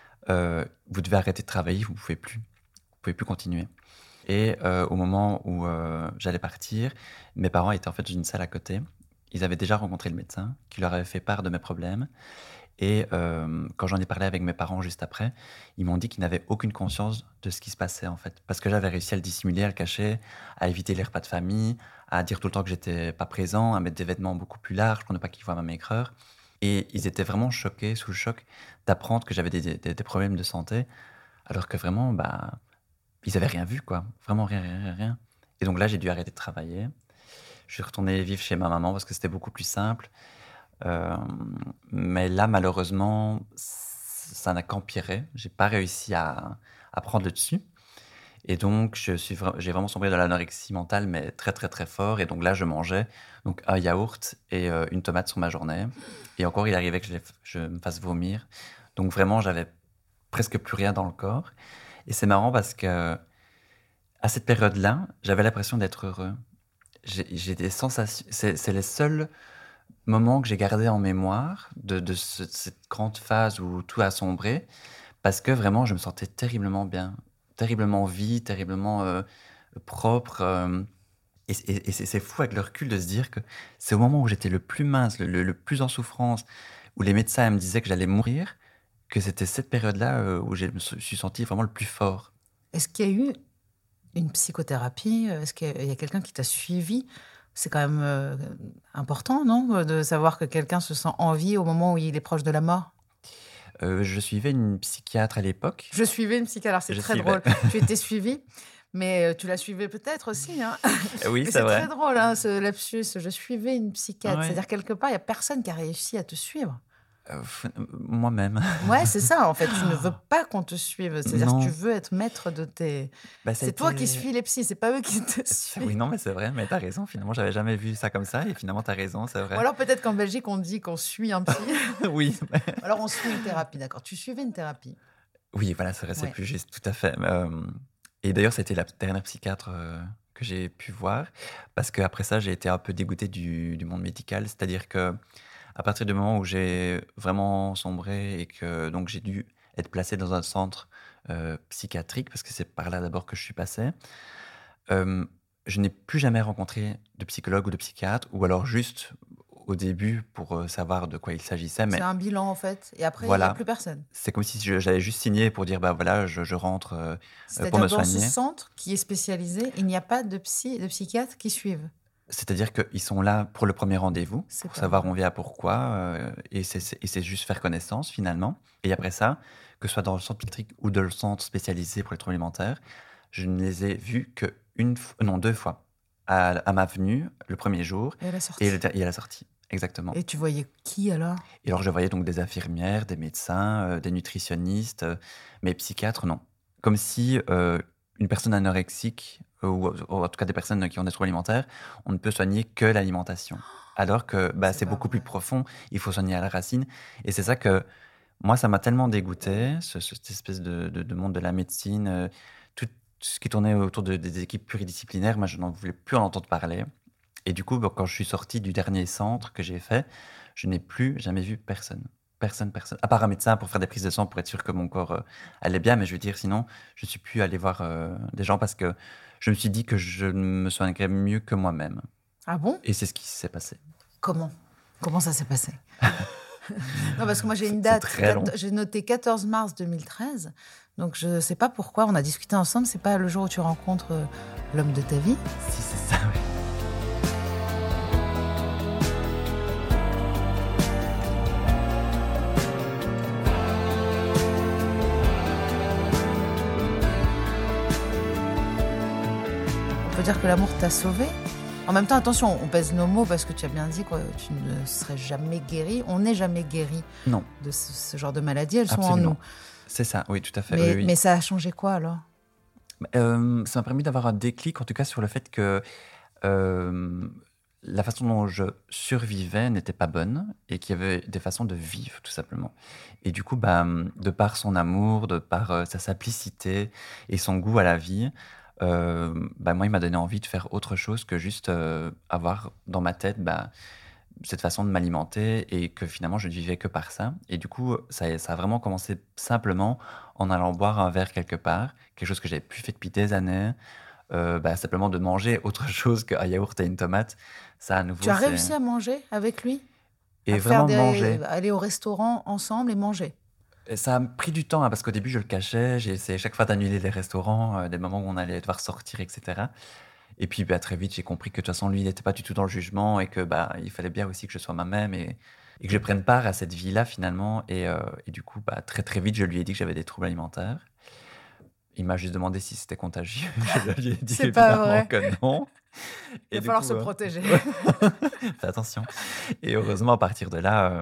vous devez arrêter de travailler, vous ne pouvez plus continuer. » Et au moment où j'allais partir, mes parents étaient en fait dans une salle à côté. Ils avaient déjà rencontré le médecin qui leur avait fait part de mes problèmes. Et quand j'en ai parlé avec mes parents juste après, ils m'ont dit qu'ils n'avaient aucune conscience de ce qui se passait en fait. Parce que j'avais réussi à le dissimuler, à le cacher, à éviter les repas de famille, à dire tout le temps que j'étais pas présent, à mettre des vêtements beaucoup plus larges pour ne pas qu'ils voient ma maigreur. Et ils étaient vraiment choqués, sous le choc, d'apprendre que j'avais des problèmes de santé, alors que vraiment, ils n'avaient rien vu, quoi. Vraiment rien. Et donc là, j'ai dû arrêter de travailler. Je suis retourné vivre chez ma maman parce que c'était beaucoup plus simple. Mais là, malheureusement, ça n'a qu'empiré. J'ai pas réussi à prendre le dessus. Et donc, j'ai vraiment sombré dans l'anorexie mentale, mais très, très, très fort. Et donc là, je mangeais donc un yaourt et une tomate sur ma journée. Et encore, il arrivait que je me fasse vomir. Donc vraiment, j'avais presque plus rien dans le corps. Et c'est marrant parce que à cette période-là, j'avais l'impression d'être heureux. J'ai des sensations... C'est les seuls moments que j'ai gardés en mémoire de cette grande phase où tout a sombré, parce que vraiment, je me sentais terriblement bien, terriblement vie, terriblement propre. Et c'est fou avec le recul de se dire que c'est au moment où j'étais le plus mince, le plus en souffrance, où les médecins me disaient que j'allais mourir, que c'était cette période-là où je me suis senti vraiment le plus fort. Est-ce qu'il y a eu une psychothérapie? Est-ce qu'il y a quelqu'un qui t'a suivi? C'est quand même important, non? De savoir que quelqu'un se sent en vie au moment où il est proche de la mort. Je suivais une psychiatre à l'époque. Je suivais une psychiatre, alors c'est très drôle. Tu étais suivie, mais tu la suivais peut-être aussi. Hein. Oui, c'est vrai. C'est très drôle, hein, ce lapsus. Je suivais une psychiatre. Ouais. C'est-à-dire, quelque part, il n'y a personne qui a réussi à te suivre. Moi-même. Ouais, c'est ça, en fait. Tu ne veux pas qu'on te suive. C'est-à-dire Non. que tu veux être maître de tes... c'est toi qui suis les psys, c'est pas eux qui te suivent. Oui, non, mais c'est vrai, mais t'as raison. Finalement, j'avais jamais vu ça comme ça, et finalement, t'as raison, c'est vrai. Ou alors peut-être qu'en Belgique, on dit qu'on suit un psy. Oui. Alors on suit une thérapie, d'accord. Tu suivais une thérapie. Oui, voilà, c'est vrai, c'est Ouais. plus juste, tout à fait. Et d'ailleurs, c'était la dernière psychiatre que j'ai pu voir, parce qu'après ça, j'ai été un peu dégoûté du monde médical. C'est-à-dire que à partir du moment où j'ai vraiment sombré et que donc j'ai dû être placé dans un centre psychiatrique, parce que c'est par là d'abord que je suis passé, je n'ai plus jamais rencontré de psychologue ou de psychiatre, ou alors juste au début pour savoir de quoi il s'agissait. Mais C'est un bilan, en fait. Et après, il n'y voilà, a plus personne. c'est comme si j'avais juste signé pour dire, bah voilà, je rentre pour C'est-à-dire me dans ce soigner. centre qui est spécialisé, il n'y a pas de psy et de psychiatre qui suivent. C'est-à-dire qu'ils sont là pour le premier rendez-vous, C'est pour pas savoir vrai. on vient pourquoi, et c'est juste faire connaissance finalement. Et après ça, que ce soit dans le centre psychiatrique ou dans le centre spécialisé pour les troubles alimentaires, je ne les ai vus que deux fois. À ma venue, le premier jour, Et à la sortie. et à la sortie. Exactement. Et tu voyais qui alors? Et alors je voyais donc des infirmières, des médecins, des nutritionnistes, mais psychiatres, non. Comme si une personne anorexique, ou en tout cas des personnes qui ont des troubles alimentaires, on ne peut soigner que l'alimentation. Alors que C'est c'est pas beaucoup plus vrai. profond, il faut soigner à la racine. Et c'est ça que, moi, ça m'a tellement dégoûté, cette espèce de monde de la médecine, tout ce qui tournait autour des équipes pluridisciplinaires, moi je n'en voulais plus en entendre parler. Et du coup, quand je suis sorti du dernier centre que j'ai fait, je n'ai plus jamais vu personne. Personne. À part un médecin pour faire des prises de sang, pour être sûr que mon corps allait bien. Mais je veux dire, sinon, je ne suis plus allé voir des gens parce que je me suis dit que je me soignerais mieux que moi-même. Ah bon? Et c'est ce qui s'est passé. Comment ça s'est passé? Non, parce que moi, j'ai une C'est date. très long. J'ai noté 14 mars 2013. Donc, je ne sais pas pourquoi. On a discuté ensemble. C'est pas le jour où tu rencontres l'homme de ta vie. Si, c'est ça, oui. On peut dire que l'amour t'a sauvé. En même temps, attention, on pèse nos mots parce que tu as bien dit que tu ne serais jamais guéri. On n'est jamais guéri Non, de ce genre de maladie. Elles sont en absolument. nous. C'est ça, oui, tout à fait. Mais, oui, oui. mais ça a changé quoi alors? Ça m'a permis d'avoir un déclic, en tout cas, sur le fait que la façon dont je survivais n'était pas bonne et qu'il y avait des façons de vivre, tout simplement. Et du coup, de par son amour, de par sa simplicité et son goût à la vie, moi, il m'a donné envie de faire autre chose que juste avoir dans ma tête cette façon de m'alimenter et que finalement, je ne vivais que par ça. Et du coup, ça a vraiment commencé simplement en allant boire un verre quelque part, quelque chose que j'avais plus fait depuis des années. Simplement de manger autre chose qu'un yaourt et une tomate. Ça, à nouveau, Tu as c'est... réussi à manger avec lui? Et À vraiment faire manger. aller au restaurant ensemble et manger? Et ça a pris du temps, hein, parce qu'au début, je le cachais. J'ai essayé chaque fois d'annuler les restaurants, des moments où on allait devoir sortir, etc. Et puis, très vite, j'ai compris que de toute façon, lui, il n'était pas du tout dans le jugement et que il fallait bien aussi que je sois moi-même et que je prenne part à cette vie-là, finalement. Et du coup, très, très vite, je lui ai dit que j'avais des troubles alimentaires. Il m'a juste demandé si c'était contagieux. Je lui ai dit C'est pas évidemment vrai. que non. Il va du falloir coup, se protéger. fais attention. Et heureusement, à partir de là,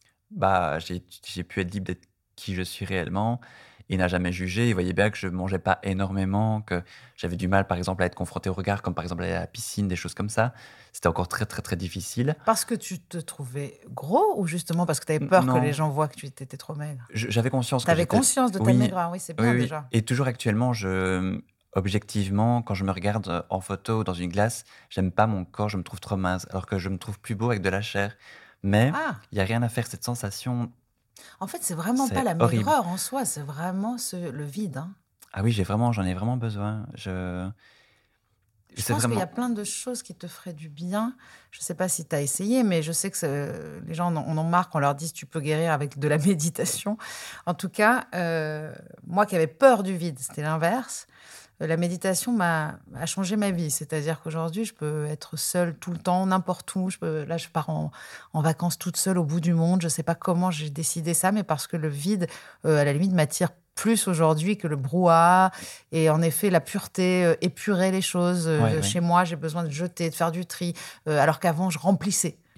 j'ai pu être libre d'être qui je suis réellement. Il n'a jamais jugé. Il voyait bien que je ne mangeais pas énormément, que j'avais du mal, par exemple, à être confronté au regard, comme par exemple aller à la piscine, des choses comme ça. C'était encore très, très, très difficile. Parce que tu te trouvais gros ou justement parce que tu avais peur que Non. les gens voient que tu étais trop maigre? J'avais conscience que Tu avais j'étais... conscience de ta Oui, maigreur, oui, c'est bien oui. déjà. Et toujours actuellement, objectivement, quand je me regarde en photo ou dans une glace, j'aime pas mon corps, je me trouve trop mince, alors que je me trouve plus beau avec de la chair. Mais Ah, il n'y a rien à faire, cette sensation. en fait, c'est vraiment C'est pas la horrible. maigreur en soi, c'est vraiment le vide. Hein. Ah oui, j'en ai vraiment besoin. Je C'est pense qu'il y a vraiment... plein de choses qui te feraient du bien. Je ne sais pas si tu as essayé, mais je sais que les gens en ont marre qu'on leur dise tu peux guérir avec de la méditation. En tout cas, moi qui avais peur du vide, c'était l'inverse. La méditation a changé ma vie. C'est-à-dire qu'aujourd'hui, je peux être seule tout le temps, n'importe où. Là, je pars en vacances toute seule au bout du monde. Je ne sais pas comment j'ai décidé ça, mais parce que le vide, à la limite, m'attire plus aujourd'hui que le brouhaha. Et en effet, la pureté, épurer les choses. Ouais. Chez moi, j'ai besoin de jeter, de faire du tri. Alors qu'avant, je remplissais.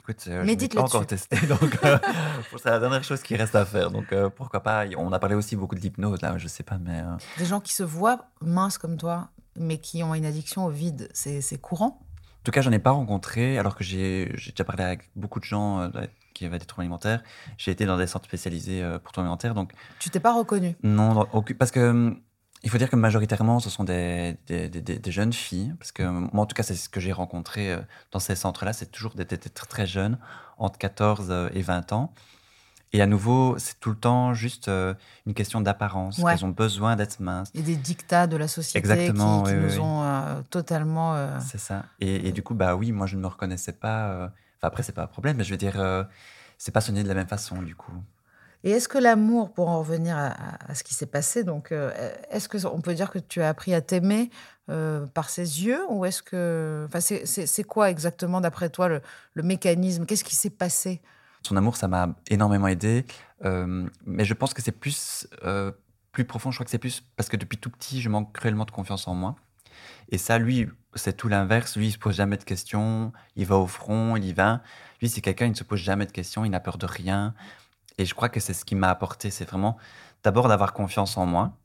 Écoute, je n'ai pas encore testé, donc c'est la dernière chose qui reste à faire. Donc pourquoi pas. On a parlé aussi beaucoup de l'hypnose, là, je sais pas, mais... Des gens qui se voient minces comme toi, mais qui ont une addiction au vide, c'est courant? En tout cas, j'en ai pas rencontré, alors que j'ai déjà parlé avec beaucoup de gens qui avaient des troubles alimentaires. J'ai été dans des centres spécialisés pour troubles alimentaires, donc... Tu t'es pas reconnu? Non, parce que... Il faut dire que majoritairement, ce sont des jeunes filles, parce que moi, en tout cas, c'est ce que j'ai rencontré dans ces centres-là, c'est toujours des très jeunes, entre 14 et 20 ans. Et à nouveau, c'est tout le temps juste une question d'apparence, qu'elles ont besoin d'être minces. Et des dictats de la société exactement, qui nous ont totalement... C'est ça. Et du coup, bah oui, moi, je ne me reconnaissais pas... Enfin, après, c'est pas un problème, mais je veux dire, c'est pas sonné de la même façon, du coup. Et est-ce que l'amour, pour en revenir à ce qui s'est passé, donc, est-ce qu'on peut dire que tu as appris à t'aimer par ses yeux, ou est-ce que... Enfin, c'est quoi exactement, d'après toi, le mécanisme? Qu'est-ce qui s'est passé? Son amour, ça m'a énormément aidé, mais je pense que c'est plus profond. Je crois que c'est plus parce que depuis tout petit, je manque cruellement de confiance en moi. Et ça, lui, c'est tout l'inverse. Lui, il se pose jamais de questions, il va au front, il y va. Lui, c'est quelqu'un, il ne se pose jamais de questions, il n'a peur de rien. Et je crois que c'est ce qui m'a apporté, c'est vraiment d'abord d'avoir confiance en moi,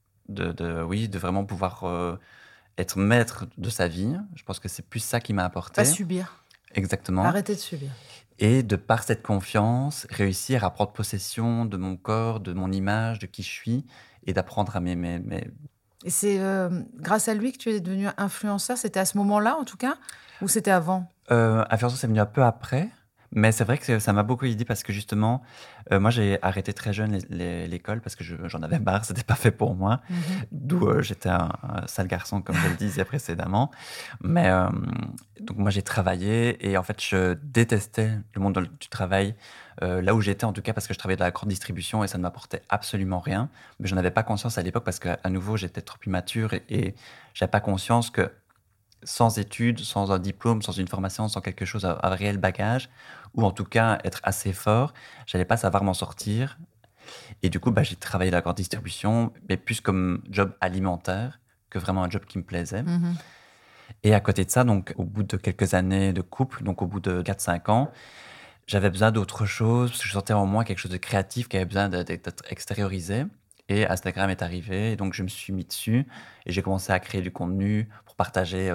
de vraiment pouvoir être maître de sa vie. Je pense que c'est plus ça qui m'a apporté. Pas subir. Exactement. Arrêter de subir. Et de par cette confiance, réussir à prendre possession de mon corps, de mon image, de qui je suis, et d'apprendre à m'aimer. Et c'est grâce à lui que tu es devenu influenceur? C'était à ce moment-là, en tout cas, ou c'était avant? Influenceur, c'est venu un peu après. Mais c'est vrai que ça m'a beaucoup aidé parce que justement, moi j'ai arrêté très jeune l'école parce que j'en avais marre, c'était pas fait pour moi. D'où j'étais un sale garçon, comme je le disais précédemment. Mais donc moi j'ai travaillé et en fait je détestais le monde du travail, là où j'étais en tout cas, parce que je travaillais dans la grande distribution et ça ne m'apportait absolument rien. Mais je n'en avais pas conscience à l'époque parce qu'à nouveau j'étais trop immature et j'avais pas conscience que sans études, sans un diplôme, sans une formation, sans quelque chose, un réel bagage, ou en tout cas être assez fort, j'allais pas savoir m'en sortir. Et du coup, bah, j'ai travaillé dans la grande distribution, mais plus comme job alimentaire que vraiment un job qui me plaisait. Et à côté de ça, donc, au bout de quelques années de couple, donc au bout de 4-5 ans, j'avais besoin d'autre chose, parce que je sentais en moi quelque chose de créatif qui avait besoin d'être extériorisé. Et Instagram est arrivé, et donc je me suis mis dessus, et j'ai commencé à créer du contenu pour partager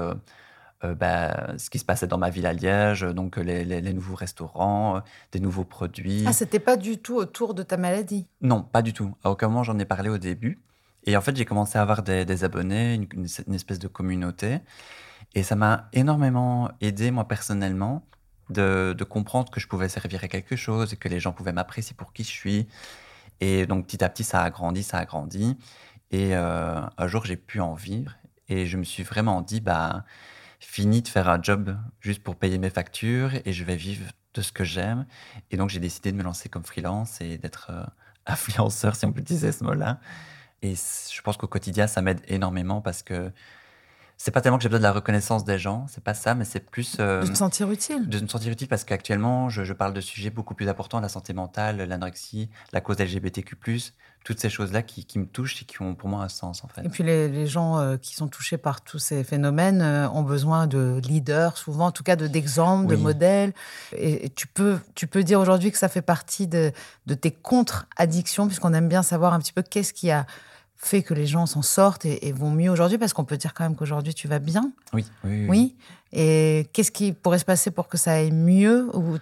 ce qui se passait dans ma ville à Liège, donc les nouveaux restaurants, des nouveaux produits. Ah, c'était pas du tout autour de ta maladie? Non, pas du tout. À aucun moment j'en ai parlé au début. Et en fait, j'ai commencé à avoir des abonnés, une espèce de communauté. Et ça m'a énormément aidé, moi, personnellement, de comprendre que je pouvais servir à quelque chose et que les gens pouvaient m'apprécier pour qui je suis. Et donc, petit à petit, ça a grandi. Et un jour, j'ai pu en vivre. Et je me suis vraiment dit, fini de faire un job juste pour payer mes factures et je vais vivre de ce que j'aime. Et donc, j'ai décidé de me lancer comme freelance et d'être influenceur, si on peut utiliser ce mot-là. Et je pense qu'au quotidien, ça m'aide énormément parce que c'est pas tellement que j'ai besoin de la reconnaissance des gens, c'est pas ça, mais c'est plus... de te sentir utile. De me sentir utile parce qu'actuellement, je parle de sujets beaucoup plus importants, la santé mentale, l'anorexie, la cause LGBTQ+, toutes ces choses-là qui me touchent et qui ont pour moi un sens, en fait. Et puis les gens qui sont touchés par tous ces phénomènes ont besoin de leaders, souvent, en tout cas d'exemples, de modèles. Et tu peux dire aujourd'hui que ça fait partie de tes contre-addictions, puisqu'on aime bien savoir un petit peu qu'est-ce qui a fait que les gens s'en sortent et vont mieux aujourd'hui, parce qu'on peut dire quand même qu'aujourd'hui tu vas bien. Oui. Et qu'est-ce qui pourrait se passer pour que ça aille mieux ou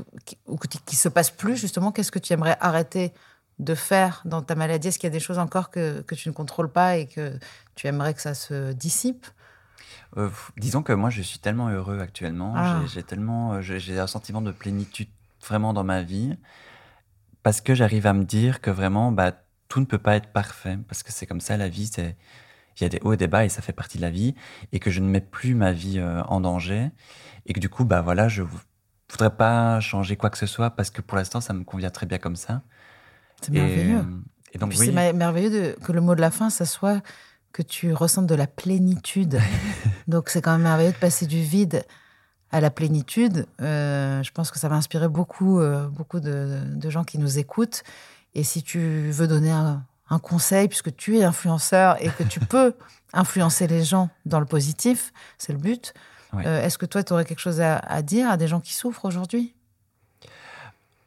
qu'il se passe plus, justement? Qu'est-ce que tu aimerais arrêter de faire dans ta maladie? Est-ce qu'il y a des choses encore que tu ne contrôles pas et que tu aimerais que ça se dissipe? Disons que moi je suis tellement heureux actuellement, j'ai un sentiment de plénitude vraiment dans ma vie, parce que j'arrive à me dire que vraiment tout ne peut pas être parfait, parce que c'est comme ça la vie, il y a des hauts et des bas et ça fait partie de la vie, et que je ne mets plus ma vie en danger, et que du coup, je voudrais pas changer quoi que ce soit, parce que pour l'instant, ça me convient très bien comme ça. C'est merveilleux. Et donc, c'est merveilleux que le mot de la fin, ça soit que tu ressentes de la plénitude. Donc c'est quand même merveilleux de passer du vide à la plénitude. Je pense que ça va inspirer beaucoup de gens qui nous écoutent. Et si tu veux donner un conseil, puisque tu es influenceur et que tu peux influencer les gens dans le positif, c'est le but. Est-ce que toi, tu aurais quelque chose à dire à des gens qui souffrent aujourd'hui?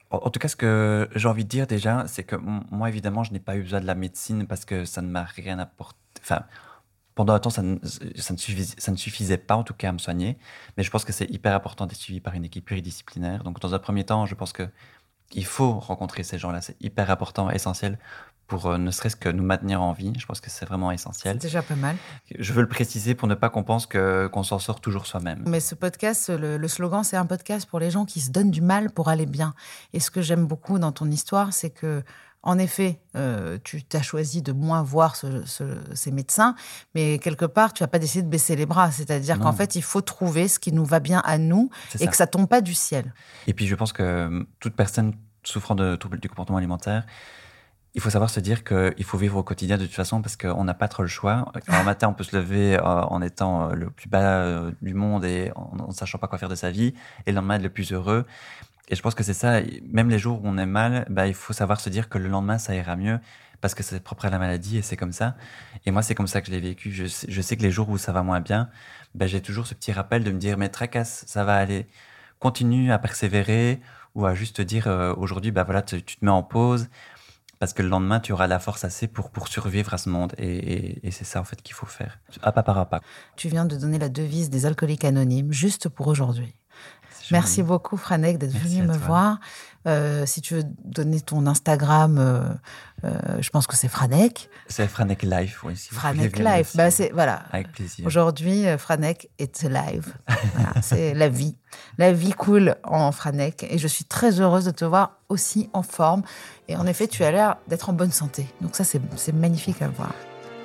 En tout cas, ce que j'ai envie de dire déjà, c'est que moi, évidemment, je n'ai pas eu besoin de la médecine parce que ça ne m'a rien apporté. Enfin, pendant un temps, ça ne suffisait pas, en tout cas, à me soigner. Mais je pense que c'est hyper important d'être suivi par une équipe pluridisciplinaire. Donc, dans un premier temps, je pense qu'il faut rencontrer ces gens-là. C'est hyper important, essentiel pour ne serait-ce que nous maintenir en vie. Je pense que c'est vraiment essentiel. C'est déjà pas mal. Je veux le préciser pour ne pas qu'on pense qu'on s'en sort toujours soi-même. Mais ce podcast, le slogan, c'est un podcast pour les gens qui se donnent du mal pour aller bien. Et ce que j'aime beaucoup dans ton histoire, c'est que, en effet, tu t'as choisi de moins voir ces médecins, mais quelque part, tu n'as pas décidé de baisser les bras. C'est-à-dire qu'en fait, il faut trouver ce qui nous va bien à nous et que ça ne tombe pas du ciel. Et puis, je pense que toute personne souffrant de troubles du comportement alimentaire, il faut savoir se dire qu'il faut vivre au quotidien de toute façon parce qu'on n'a pas trop le choix. Un matin, on peut se lever en étant le plus bas du monde et en ne sachant pas quoi faire de sa vie, et le lendemain, être le plus heureux. Et je pense que c'est ça, même les jours où on est mal, il faut savoir se dire que le lendemain, ça ira mieux parce que c'est propre à la maladie et c'est comme ça. Et moi, c'est comme ça que je l'ai vécu. Je sais que les jours où ça va moins bien, j'ai toujours ce petit rappel de me dire « mais tracasse, ça va aller ». Continue à persévérer ou à juste te dire aujourd'hui, voilà, tu te mets en pause parce que le lendemain, tu auras la force assez pour survivre à ce monde. Et c'est ça, en fait, qu'il faut faire. À pas par pas. Tu viens de donner la devise des alcooliques anonymes juste pour aujourd'hui. Merci beaucoup, Franek, d'être venu me voir. Si tu veux donner ton Instagram, je pense que c'est Franek. C'est Franek Life, oui. Si Franek Life, voilà. Avec plaisir. Aujourd'hui, Franek est alive. Voilà, c'est la vie. La vie coule en Franek. Et je suis très heureuse de te voir aussi en forme. Et en effet, tu as l'air d'être en bonne santé. Donc ça, c'est magnifique à voir.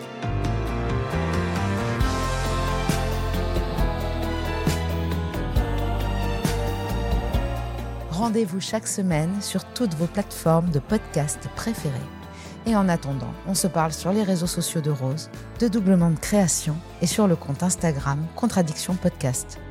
Rendez-vous chaque semaine sur toutes vos plateformes de podcast préférées. Et en attendant, on se parle sur les réseaux sociaux de Rose, de Doublement de Création et sur le compte Instagram Contradiction Podcast.